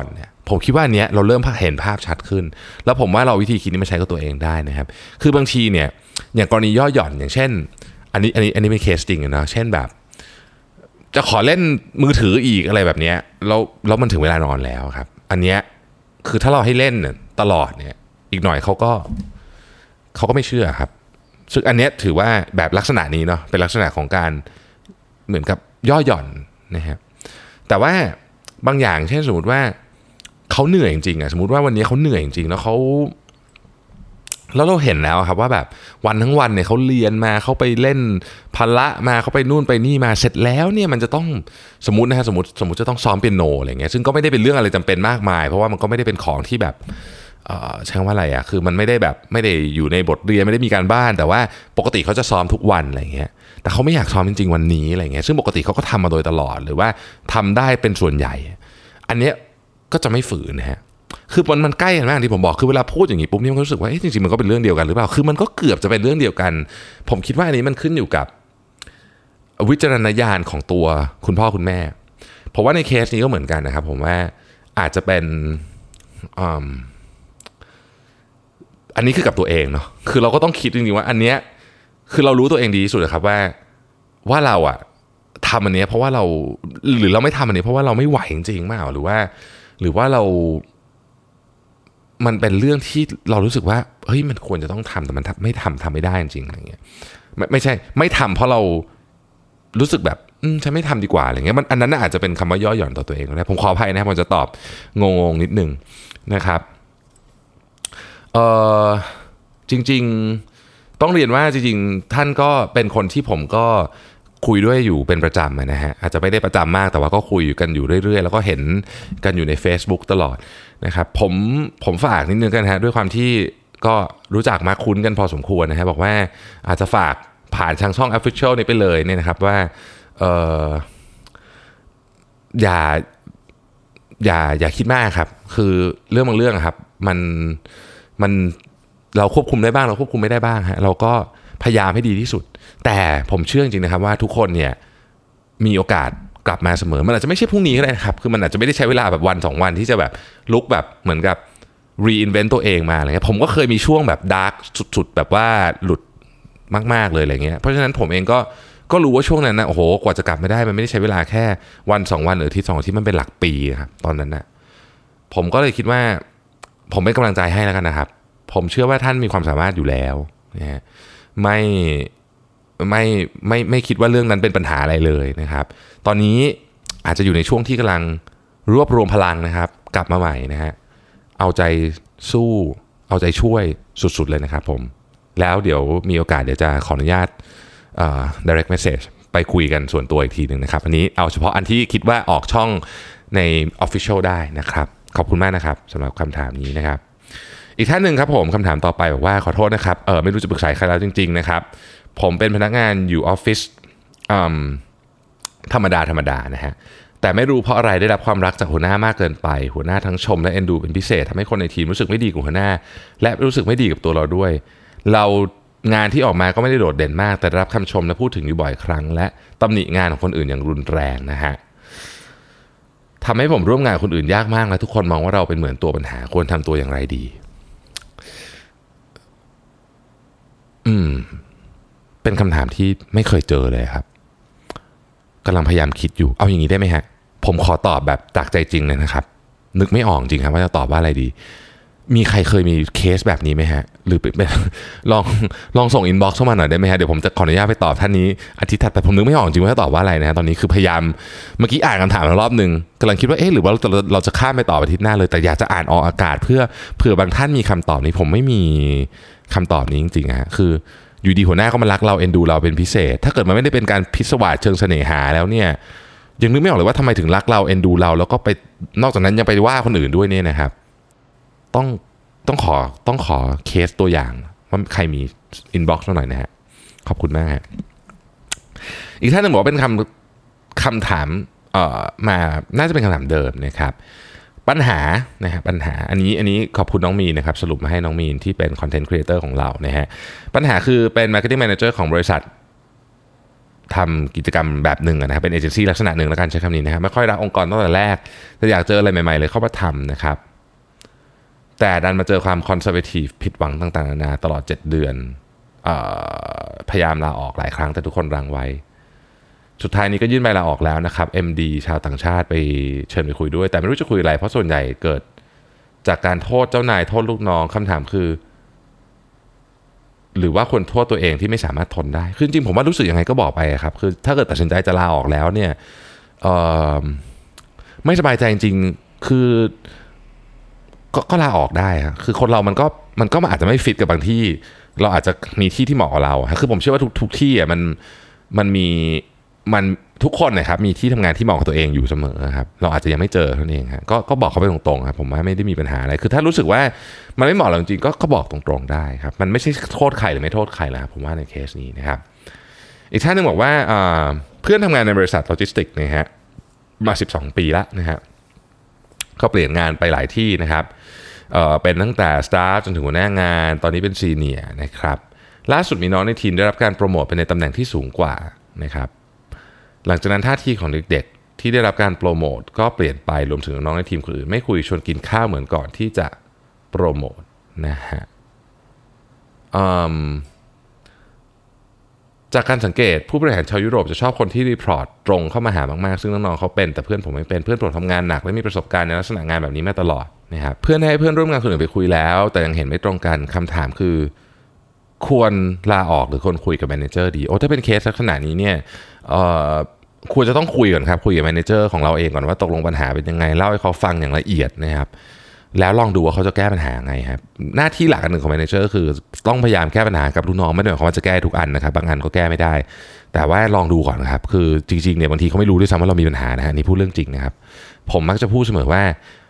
ผมคิดว่าอันเนี้ยเราเริ่มเห็นภาพชัดขึ้นแล้วผมว่าเราวิธีคิดนี้มาใช้กับตัวเองได้นะครับคือบางทีเนี่ยอย่างกรณีย่อหย่อนอย่างเช่นอันนี้อันนี้อันนี้เป็นเคสจริงนะเช่นแบบจะขอเล่นมือถืออีกอะไรแบบเนี้ยแล้วแล้วมันถึงเวลานอนแล้วครับอันเนี้ยคือถ้าเราให้เล่นตลอดเนี่ยอีกหน่อยเขาก็เขาก็ไม่เชื่อครับซึ่งอันเนี้ยถือว่าแบบลักษณะนี้เนาะเป็นลักษณะของการเหมือนกับย่อหย่อนนะครับแต่ว่าบางอย่างเช่นสมมติว่าเขาเหนื่อยจริงๆอ่ะสมมติว่าวันนี้เขาเหนื่อยจริงๆแล้วเขาแล้วเราเห็นแล้วครับว่าแบบวันทั้งวันเนี่ยเขาเรียนมาเขาไปเล่นพละมาเขาไปนู่นไปนี่มาเสร็จแล้วเนี่ยมันจะต้องสมมตินะฮะสมมติสมมติจะต้องซ้อมเปียโนอะไรเงี้ยซึ่งก็ไม่ได้เป็นเรื่องอะไรจำเป็นมากมายเพราะว่ามันก็ไม่ได้เป็นของที่แบบใช้คำว่าอะไรอ่ะคือมันไม่ได้แบบไม่ได้อยู่ในบทเรียนไม่ได้มีการบ้านแต่ว่าปกติเขาจะซ้อมทุกวันอะไรเงี้ยแต่เขาไม่อยากซ้อมจริงๆวันนี้อะไรเงี้ยซึ่งปกติเขาก็ทำมาโดยตลอดหรือว่าทำได้เป็นส่วนใหญ่อันเนี้ยก็จะไม่ฝืนนะฮะคือมันมันใกล้กันมากที่ผมบอกคือเวลาพูดอย่างนี้ปุ๊บนี่มันก็รู้สึกว่าเอ๊ะจริงๆมันก็เป็นเรื่องเดียวกันหรือเปล่าคือมันก็เกือบจะเป็นเรื่องเดียวกันผมคิดว่าอันนี้มันขึ้นอยู่กับวิจารณญาณของตัวคุณพ่อคุณแม่เพราะว่าในเคสนี้ก็เหมือนกันนะครับผมว่าอาจจะเป็นอันนี้คือกับตัวเองเนาะคือเราก็ต้องคิดจริงๆว่าอันเนี้ยคือเรารู้ตัวเองดีที่สุดครับว่าว่าเราอะทำอันเนี้ยเพราะว่าเราหรือเราไม่ทำอันนี้เพราะว่าเราไม่ไหวจริงๆมั้ยหรือว่าหรือว่าเรามันเป็นเรื่องที่เรารู้สึกว่าเฮ้ยมันควรจะต้องทำแต่มันไม่ทำทำไม่ได้จริงๆอะไรเงี้ยไม่ไม่ใช่ไม่ทำเพราะเรารู้สึกแบบอืมฉันไม่ทำดีกว่าอะไรเงี้ยมันอันนั้นอาจจะเป็นคำว่าย่อหย่อนต่อตัวเองก็ได้ผมขออภัยนะครับผมจะตอบงงๆนิดนึงนะครับเอ่อจริงๆต้องเรียนว่าจริงๆท่านก็เป็นคนที่ผมก็คุยด้วยอยู่เป็นประจำนะฮะอาจจะไม่ได้ประจำมากแต่ว่าก็คุยกันอยู่เรื่อยๆแล้วก็เห็นกันอยู่ใน Facebook ตลอดนะครับผมผมฝากนิดนึงกันฮะด้วยความที่ก็รู้จักมาคุ้นกันพอสมควรนะฮะบอกว่าอาจจะฝากผ่านทางช่อง Official นี้ไปเลยเนี่ยนะครับว่าเอ่ออย่าอย่าอย่าคิดมากครับคือเรื่องบางเรื่องครับมันมันเราควบคุมได้บ้างเราควบคุมไม่ได้บ้างฮะเราก็พยายามให้ดีที่สุดแต่ผมเชื่อจริงๆนะครับว่าทุกคนเนี่ยมีโอกาสกลับมาเสมอมันอาจจะไม่ใช่พรุ่งนี้ก็ได้นะครับคือมันอาจจะไม่ได้ใช้เวลาแบบวันสองวันที่จะแบบลุกแบบเหมือนกับ reinvent ตัวเองมาอะไรเงี้ยผมก็เคยมีช่วงแบบ dark สุดๆแบบว่าหลุดมากๆเลยอะไรเงี้ยเพราะฉะนั้นผมเองก็ก็รู้ว่าช่วงนั้นนะโอ้โหกว่าจะกลับมาได้มันไม่ได้ใช้เวลาแค่วันสองวันหรืออาทิตย์สองอาทิตย์มันเป็นหลักปีครับตอนนั้นนะผมก็เลยคิดว่าผมเป็นกำลังใจให้แล้วกันนะครับผมเชื่อว่าท่านมีความสามารถอยู่แล้วนะฮะไม่ไม่ไม่ไม่คิดว่าเรื่องนั้นเป็นปัญหาอะไรเลยนะครับตอนนี้อาจจะอยู่ในช่วงที่กำลังรวบรวมพลังนะครับกลับมาใหม่นะฮะเอาใจสู้เอาใจช่วยสุดๆเลยนะครับผมแล้วเดี๋ยวมีโอกาสเดี๋ยวจะขออนุญาตเอ่อ direct message ไปคุยกันส่วนตัวอีกทีนึงนะครับอันนี้เอาเฉพาะอันที่คิดว่าออกช่องใน official ได้นะครับขอบคุณมากนะครับสำหรับคำถามนี้นะครับอีกท่านหนึ่งครับผมคำถามต่อไปบอกว่าขอโทษนะครับเออไม่รู้จะปรึกษาใครแล้วจริงๆนะครับผมเป็นพนักงานอยู่ออฟฟิศธรรมดาธรรมดานะฮะแต่ไม่รู้เพราะอะไรได้รับความรักจากหัวหน้ามากเกินไปหัวหน้าทั้งชมและเอ็นดูเป็นพิเศษทำให้คนในทีมรู้สึกไม่ดีกับหัวหน้าและรู้สึกไม่ดีกับตัวเราด้วยเรางานที่ออกมาก็ไม่ได้โดดเด่นมากแต่ได้รับคำชมและพูดถึงอยู่บ่อยครั้งและตำหนิงานของคนอื่นอย่างรุนแรงนะฮะทำให้ผมร่วมงานคนอื่นยากมากและทุกคนมองว่าเราเป็นเหมือนตัวปัญหาควรทำตัวอย่างไรดีอืมเป็นคำถามที่ไม่เคยเจอเลยครับกำลังพยายามคิดอยู่เอาอย่างนี้ได้ไหมฮะผมขอตอบแบบจากใจจริงเลยนะครับนึกไม่ออกจริงครับว่าจะตอบว่าอะไรดีมีใครเคยมีเคสแบบนี้ไหมฮะหรือเป็นลองลองส่งอินบ็อกซ์เข้ามาหน่อยได้ไหมฮะเดี๋ยวผมจะขออนุญาตไปตอบท่านนี้อาทิตย์ถัดไปผมนึกไม่ออกจริงว่าจะตอบว่าอะไรนะฮะตอนนี้คือพยายามเมื่อกี้อ่านคำถามรอบนึงกำลังคิดว่าเอ๊ะหรือว่าเราเราจะข้ามไปตอบอาทิตย์หน้าเลยแต่อยากจะอ่านออกอากาศเพื่อเผื่อบางท่านมีคำตอบนี้ผมไม่มีคำตอบนี้จริงๆฮะคืออยู่ดีหัวหน้าก็มารักเราเอ็นดูเราเป็นพิเศษถ้าเกิดมันไม่ได้เป็นการพิศวาสเชิงเสน่หาแล้วเนี่ยยังนึกไม่ออกเลยว่าทำไมถึงรักเราเอ็นดูเราแล้วก็ไปนอกจากนั้นยังไปว่าคนอื่นด้วยเนี่ยนะครับต้องต้องขอต้องขอเคสตัวอย่างว่าใครมีอินบ็อกซ์มาหน่อยนะฮะขอบคุณมากฮะอีกท่านหนึ่งบอกว่าเป็นคำคำถามเอ่อมาน่าจะเป็นคำถามเดิมนะครับปัญหานะฮะปัญหาอันนี้อันนี้ขอบคุณน้องมีนนะครับสรุปมาให้น้องมีนที่เป็นคอนเทนต์ครีเอเตอร์ของเรานะฮะปัญหาคือเป็น Marketing Manager ของบริษัททำกิจกรรมแบบหนึ่งนะครับเป็นเอเจนซี่ลักษณะหนึ่งแล้วกันใช้คำนี้นะครับไม่ค่อยรักองค์กรตั้งแต่แรกแต่อยากเจออะไรใหม่ๆเลยเข้ามาทำนะครับแต่ดันมาเจอความคอนเซอร์เวทีฟผิดหวังต่างๆนานาตลอดเจ็ดเดือนเอ่อพยายามลาออกหลายครั้งแต่ทุกคนรังไว้สุดท้ายนี้ก็ยื่นใบลาออกแล้วนะครับ เอ็ม ดี ชาวต่างชาติไปเชิญไปคุยด้วยแต่ไม่รู้จะคุยอะไรเพราะส่วนใหญ่เกิดจากการโทษเจ้านายโทษลูกน้องคำถามคือหรือว่าควรโทษตัวเองที่ไม่สามารถทนได้คือจริงๆผมว่ารู้สึกยังไงก็บอกไปครับคือถ้าเกิดตัดสินใจจะลาออกแล้วเนี่ยไม่สบายใจจริงๆคือก็ก็ลาออกได้ครับคือคนเรามันก็มันก็อาจจะไม่ฟิตกับบางที่เราอาจจะมีที่ที่เหมาะกับเราคือผมเชื่อว่าทุกทุกที่อ่ะมันมันมีมันทุกคนนะครับมีที่ทำงานที่เหมาะกับตัวเองอยู่เสมอครับเราอาจจะยังไม่เจอเท่านั้นเองครับก็ก็บอกเขาไปตรงๆครับผมว่าไม่ได้มีปัญหาอะไรคือถ้ารู้สึกว่ามันไม่เหมาะเราจริงๆก็ก็บอกตรงๆได้ครับมันไม่ใช่โทษใครหรือไม่โทษใครแล้วผมว่าในเคสนี้นะครับอีกท่านหนึ่งบอกว่าเพื่อนทำงานในบริษัทโลจิสติกส์นะฮะมาสิบสองปีแล้วนะครับก็เปลี่ยนงานไปหลายที่นะครับเอ่อเป็นตั้งแต่สตาฟจนถึงหัวหน้างานตอนนี้เป็นซีเนียร์นะครับล่าสุดมีน้องในทีมได้รับการโปรโมทไปในตำแหน่งที่สูงกว่านะครับหลังจากนั้นท่าทีของเด็กๆที่ได้รับการโปรโมทก็เปลี่ยนไปรวมถึงน้องในทีมคนอื่นไม่คุยชวนกินข้าวเหมือนก่อนที่จะโปรโมทนะฮะจากการสังเกตผู้บริหารชาวยุโรปจะชอบคนที่รีพอร์ตตรงเข้ามาหามากๆซึ่งน้องๆเขาเป็นแต่เพื่อนผมไม่เป็นเพื่อนผมทำงานหนักและมีประสบการณ์ในลักษณะงานแบบนี้มาตลอดนะครับเพื่อนให้เพื่อนร่วมงานคนอื่นไปคุยแล้วแต่ยังเห็นไม่ตรงกันคำถามคือควรลาออกหรือควรคุยกับแมเนเจอร์ดีโอ้ถ้าเป็นเคสลักษณะนี้เนี่ยควรจะต้องคุยก่อนครับคุยกับแมเนเจอร์ของเราเองก่อนว่าตกลงปัญหาเป็นยังไงเล่าให้เขาฟังอย่างละเอียดนะครับแล้วลองดูว่าเขาจะแก้ปัญหาไงครับหน้าที่หลักอันหนึ่งของแมเนเจอร์คือต้องพยายามแก้ปัญหากับลูกน้องไม่ได้หมายความว่าจะแก้ทุกอันนะครับบางอันก็แก้ไม่ได้แต่ว่าลองดูก่อนครับคือจริงๆเนี่ยบางทีเขาไม่รู้ด้วยซ้ำว่าเรามีปัญหานะฮะนี่พูดเรื่องจริงนะครับผมมักจะพูดเสมอว่า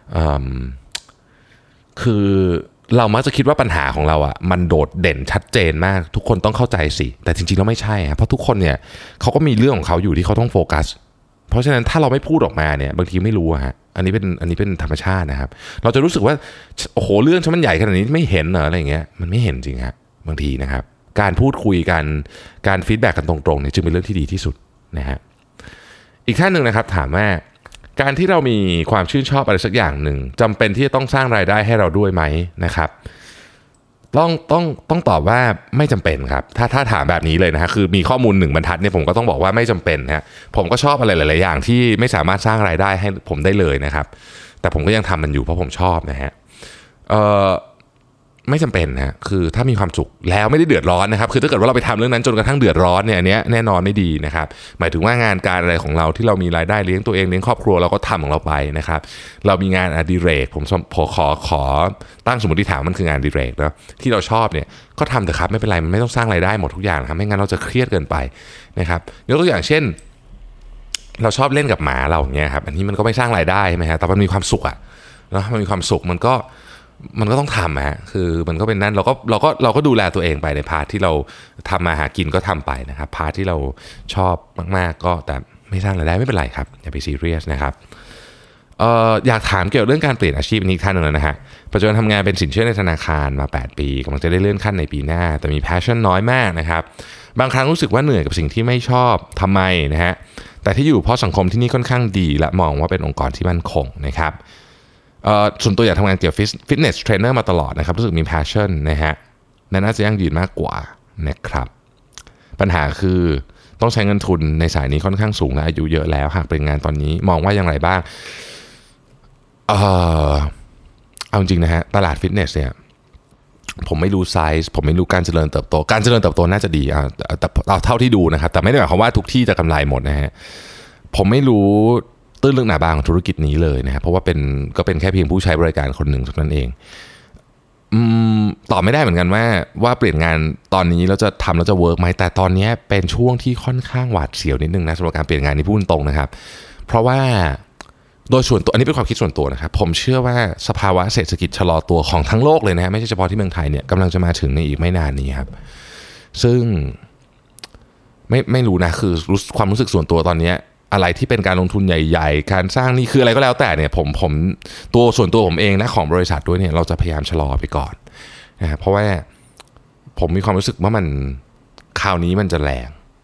คือเรามักจะคิดว่าปัญหาของเราอ่ะมันโดดเด่นชัดเจนมากทุกคนต้องเข้าใจสิแต่จริงๆแล้วไม่ใช่ครับเพราะทุกคนเนี่ยเขาก็มีเรื่องของเขาอยู่ที่เขาต้องโฟกัสเพราะฉะนั้นถ้าเราไม่พูดออกมาเนี่ยบางทีไม่รู้ฮะอันนี้เป็นอันนี้เป็นธรรมชาตินะครับเราจะรู้สึกว่าโอ้โหเรื่องฉันมันใหญ่ขนาดนี้ไม่เห็นเหรออะไรอย่างเงี้ยมันไม่เห็นจริงครับบางทีนะครับการพูดคุยกันการฟีดแบ็กกันตรงๆเนี่ยจึงเป็นเรื่องที่ดีที่สุดนะฮะอีกท่านหนึ่งนะครับถามว่าการที่เรามีความชื่นชอบอะไรสักอย่างหนึ่งจำเป็นที่จะต้องสร้างรายได้ให้เราด้วยไหมนะครับต้องต้องต้องตอบว่าไม่จำเป็นครับถ้าถ้าถามแบบนี้เลยนะฮะคือมีข้อมูลหนึ่งบรรทัดเนี่ยผมก็ต้องบอกว่าไม่จำเป็นฮะผมก็ชอบอะไรหลายๆอย่างที่ไม่สามารถสร้างรายได้ให้ผมได้เลยนะครับแต่ผมก็ยังทำมันอยู่เพราะผมชอบนะฮะเอ่อไม่จำเป็นฮะคือถ้ามีความสุขแล้วไม่ได้เดือดร้อนนะครับคือถ้าเกิดว่าเราไปทำเรื่องนั้นจนกระทั่งเดือดร้อนเนี่ยอันเนี้ยแน่นอนไม่ดีนะครับหมายถึงว่างานการอะไรของเราที่เรามีรายได้เลี้ยงตัวเองเลี้ยงครอบครัวเราก็ทำของเราไปนะครับเรามีงานอดิเรกผมขอขอขอตั้งสมมติฐานมันคืองานอดิเรกนะที่เราชอบเนี่ยก็ทำเถอะครับไม่เป็นไรมันไม่ต้องสร้างรายได้หมดทุกอย่างครับไม่งั้นเราจะเครียดเกินไปนะครับยกตัวอย่างเช่นเราชอบเล่นกับหมาเราอย่างเงี้ยครับอันนี้มันก็ไม่สร้างรายได้ใช่ไหมฮะแต่มันมีความสุขอะเนาะมันมีความสุขมันก็มันก็ต้องทำฮะคือมันก็เป็นนั่นเราก็เราก็เราก็ดูแลตัวเองไปในพาร์ทที่เราทำมาหากินก็ทำไปนะครับพาร์ทที่เราชอบมากๆก็แต่ไม่สร้างรายได้ไม่เป็นไรครับอย่าไปซีเรียสนะครับเอ่ออยากถามเกี่ยวกับเรื่องการเปลี่ยนอาชีพนี้ท่านหนึ่งนะฮะปัจจุบันทำงานเป็นสินเชื่อในธนาคารมาแปดปีกำลังจะได้เลื่อนขั้นในปีหน้าแต่มี passion น้อยมากนะครับบางครั้งรู้สึกว่าเหนื่อยกับสิ่งที่ไม่ชอบทำไมนะฮะแต่ที่อยู่เพราะสังคมที่นี่ค่อนข้างดีและมองว่าเป็นองค์กรที่มั่นคงนะครับส่วนตัวอยากทำงานเกี่ยวกับฟิตเนสเทรนเนอร์มาตลอดนะครับรู้สึกมี passion นะฮะนั่นน่าจะยั่งยืนมากกว่านะครับปัญหาคือต้องใช้เงินทุนในสายนี้ค่อนข้างสูงและอายุเยอะแล้วหากเป็นงานตอนนี้มองว่าอย่างไรบ้างเออเอาจริงนะฮะตลาดฟิตเนสเนี่ยผมไม่รู้ไซส์ผมไม่รู้การเจริญเติบโตการเจริญเติบโตน่าจะดีอ่ะแต่เอาเท่าที่ดูนะครับแต่ไม่ได้หมายความว่าทุกที่จะกำไรหมดนะฮะผมไม่รู้ตื้นลึกหนาบางของธุรกิจนี้เลยนะครับเพราะว่าเป็นก็เป็นแค่เพียงผู้ใช้บริการคนหนึ่งเท่านั้นเองอืมตอบไม่ได้เหมือนกันว่าว่าเปลี่ยนงานตอนนี้เราจะทำแล้วจะเวิร์กไหมแต่ตอนนี้เป็นช่วงที่ค่อนข้างหวาดเสียวนิดนึงนะสำหรับการเปลี่ยนงานนี้พูดตรงนะครับเพราะว่าโดยส่วนตัวอันนี้เป็นความคิดส่วนตัวนะครับผมเชื่อว่าสภาวะเศรษฐกิจชะลอตัวของทั้งโลกเลยนะฮะไม่ใช่เฉพาะที่เมืองไทยเนี่ยกำลังจะมาถึงในอีกไม่นานนี้ครับซึ่งไม่ไม่รู้นะคือความรู้สึกส่วนตัวตอนนี้อะไรที่เป็นการลงทุนใหญ่ๆการสร้างนี่คืออะไรก็แล้วแต่เนี่ยผมผมตัวส่วนตัวผมเองและของบริษัทด้วยเนี่ยเราจะพยายามชะลอไปก่อนนะเพราะว่าผมมีความรู้สึกว่ามันคราวนี้มันจะแรงนะ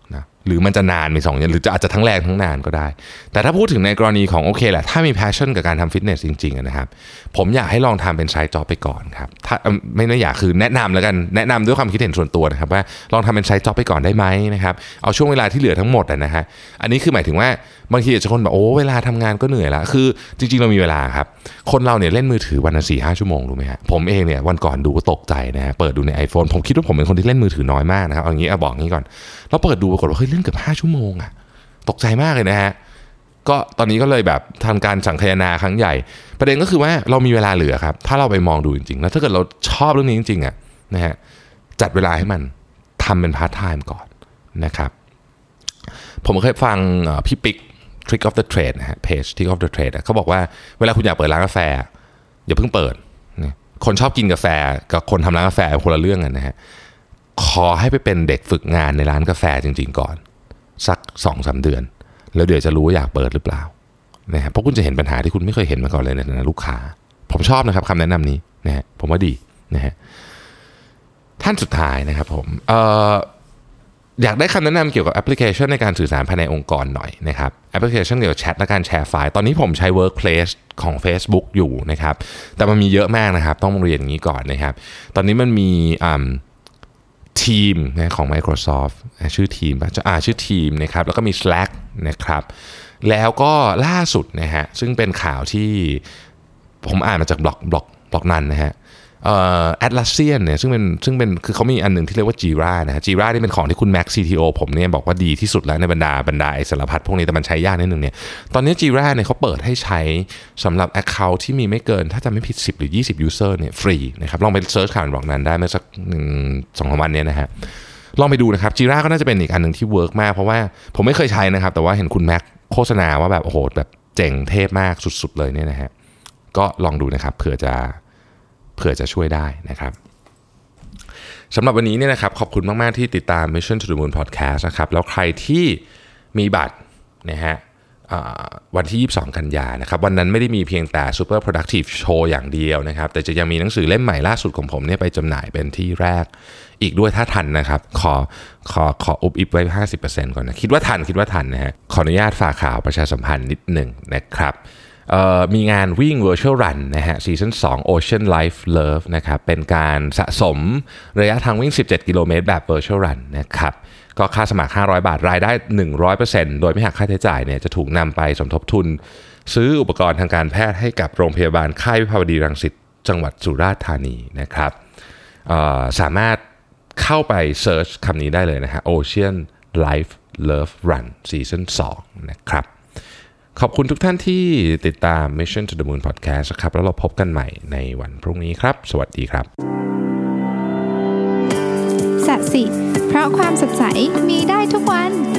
หรือมันจะนานมีสองอย่างหรือจะอาจจะทั้งแรงทั้งนานก็ได้แต่ถ้าพูดถึงในกรณีของโอเคแหละถ้ามี passion กับการทำฟิตเนสจริงๆนะครับผมอยากให้ลองทำเป็น side job ไปก่อนครับถ้าไม่ได้อยากคือแนะนำแล้วกันแนะนำด้วยความคิดเห็นส่วนตัวนะครับว่าลองทำเป็น side job ไปก่อนได้ไหมนะครับเอาช่วงเวลาที่เหลือทั้งหมดนะฮะอันนี้คือหมายถึงว่าบางทีอาจจะคนแบบโอ้เวลาทำงานก็เหนื่อยละคือจริงๆเรามีเวลาครับคนเราเนี่ยเล่นมือถือวันละสี่ห้าชั่วโมงรู้ไหมฮะผมเองเนี่ยวันก่อนดูก็ตกใจนะฮะเปิดดูใน iPhone ผมคิดว่าผมเป็นคนที่เล่นมือถือน้อยมากนะครับเอางี้เอาบอกงี้ก่อนแล้วเปิดดูปรากฏว่าเฮ้ยเล่นเกือบห้าชั่วโมงอะตกใจมากเลยนะฮะก็ตอนนี้ก็เลยแบบทำการสังคายนาครั้งใหญ่ประเด็นก็คือว่าเรามีเวลาเหลือครับถ้าเราไปมองดูจริงๆแล้วถ้าเกิดเราชอบเรื่องนี้จริงๆอ่ะนะฮะจัดเวลาให้มันทำเป็นพาร์ทไทม์ก่อนนะครับผมเคยฟังพี่ปิ๊ก Trick of the Trade นะฮะเพจ Trick of the Trade เขาบอกว่าเวลาคุณอยากเปิดร้านกาแฟอย่าเพิ่งเปิดคนชอบกินกาแฟกับคนทำร้านกาแฟคนละเรื่องกันนะฮะขอให้ไปเป็นเด็กฝึกงานในร้านกาแฟจริงๆก่อนสัก สองถึงสาม เดือนแล้วเดี๋ยวจะรู้ว่าอยากเปิดหรือเปล่านะฮะเพราะคุณจะเห็นปัญหาที่คุณไม่เคยเห็นมาก่อนเลยในฐานะลูกค้าผมชอบนะครับคำแนะนำนี้นะฮะผมว่าดีนะฮะท่านสุดท้ายนะครับผมเอ่ออยากได้คำแนะนำเกี่ยวกับแอปพลิเคชันในการสื่อสารภายในองค์กรหน่อยนะครับแอปพลิเคชันเกี่ยวกับแชทและการแชร์ไฟล์ตอนนี้ผมใช้ Workplace ของ Facebook อยู่นะครับแต่มันมีเยอะมากนะครับต้องเรียนอย่างนี้ก่อนนะครับตอนนี้มันมีทีมนะของ Microsoft ชื่อทีมป่ะอ่าชื่อทีมนะครับแล้วก็มี Slack นะครับแล้วก็ล่าสุดนะฮะซึ่งเป็นข่าวที่ผมอ่านมาจากบล็อกบล็อกบล็อกนั้นนะฮะเอ่อ Atlassian เนี่ยซึ่งเป็นซึ่งเป็นคือเขามีอันนึงที่เรียกว่า Jira นะฮะ Jira นี่เป็นของที่คุณ Max ซี ที โอ ผมเนี่ยบอกว่าดีที่สุดแล้วในบรรดาบรรดาไอ้สารพัดพวกนี้แต่มันใช้ยากนิดนึงเนี่ยตอนนี้ Jira เนี่ยเขาเปิดให้ใช้สำหรับ Account ที่มีไม่เกินถ้าจำไม่ผิดสิบหรือยี่สิบ user เนี่ยฟรีนะครับลองไปเซิร์ชข่าวบล็อกนั้นได้เมื่อสัก สองสาม วันนี้นะฮะลองไปดูนะครับ Jira ก็น่าจะเป็นอีกอันนึงที่เวิร์กมากเพราะว่าผมไม่เคยใช้นะครับแต่ว่าเห็นคุณ Max โฆษณาว่าแบบโอ้โหแบบเจ๋งเทพมากสุดๆเลยเนี่ยนะฮะก็ลองดูนะครับเผื่อจะเผื่อจะช่วยได้นะครับสำหรับวันนี้เนี่ยนะครับขอบคุณมากๆที่ติดตาม Mission to the Moon Podcast นะครับแล้วใครที่มีบัตรนะฮะวันที่ยี่สิบสองกันยายนนะครับวันนั้นไม่ได้มีเพียงแต่ Super Productive Show อย่างเดียวนะครับแต่จะยังมีหนังสือเล่มใหม่ล่าสุดของผมเนี่ยไปจำหน่ายเป็นที่แรกอีกด้วยถ้าทันนะครับขอขอขออุบอิบไว้ ห้าสิบเปอร์เซ็นต์ ก่อนนะคิดว่าทันคิดว่าทันนะฮะขออนุญาตฝากข่าวประชาสัมพันธ์นิดหนึ่งนะครับมีงานวิ่ง Virtual Run นะฮะซีซั่นสอง Ocean Life Love นะครับเป็นการสะสมระยะทางวิ่งสิบเจ็ดกิโลเมตรแบบ Virtual Run นะครับก็ค่าสมัครห้าร้อยบาทรายได้ หนึ่งร้อยเปอร์เซ็นต์ โดยไม่หักค่าใช้จ่ายเนี่ยจะถูกนำไปสมทบทุนซื้ออุปกรณ์ทางการแพทย์ให้กับโรงพยาบาลค่ายวิภาวดีรังสิตจังหวัดสุราษฎร์ธานีนะครับสามารถเข้าไปเซิร์ชคำนี้ได้เลยนะฮะ Ocean Life Love Run ซีซั่นสองนะครับขอบคุณทุกท่านที่ติดตาม Mission to the Moon Podcast ครับแล้วเราพบกันใหม่ในวันพรุ่งนี้ครับสวัสดีครับสัสิเพราะความสดใสมีได้ทุกวัน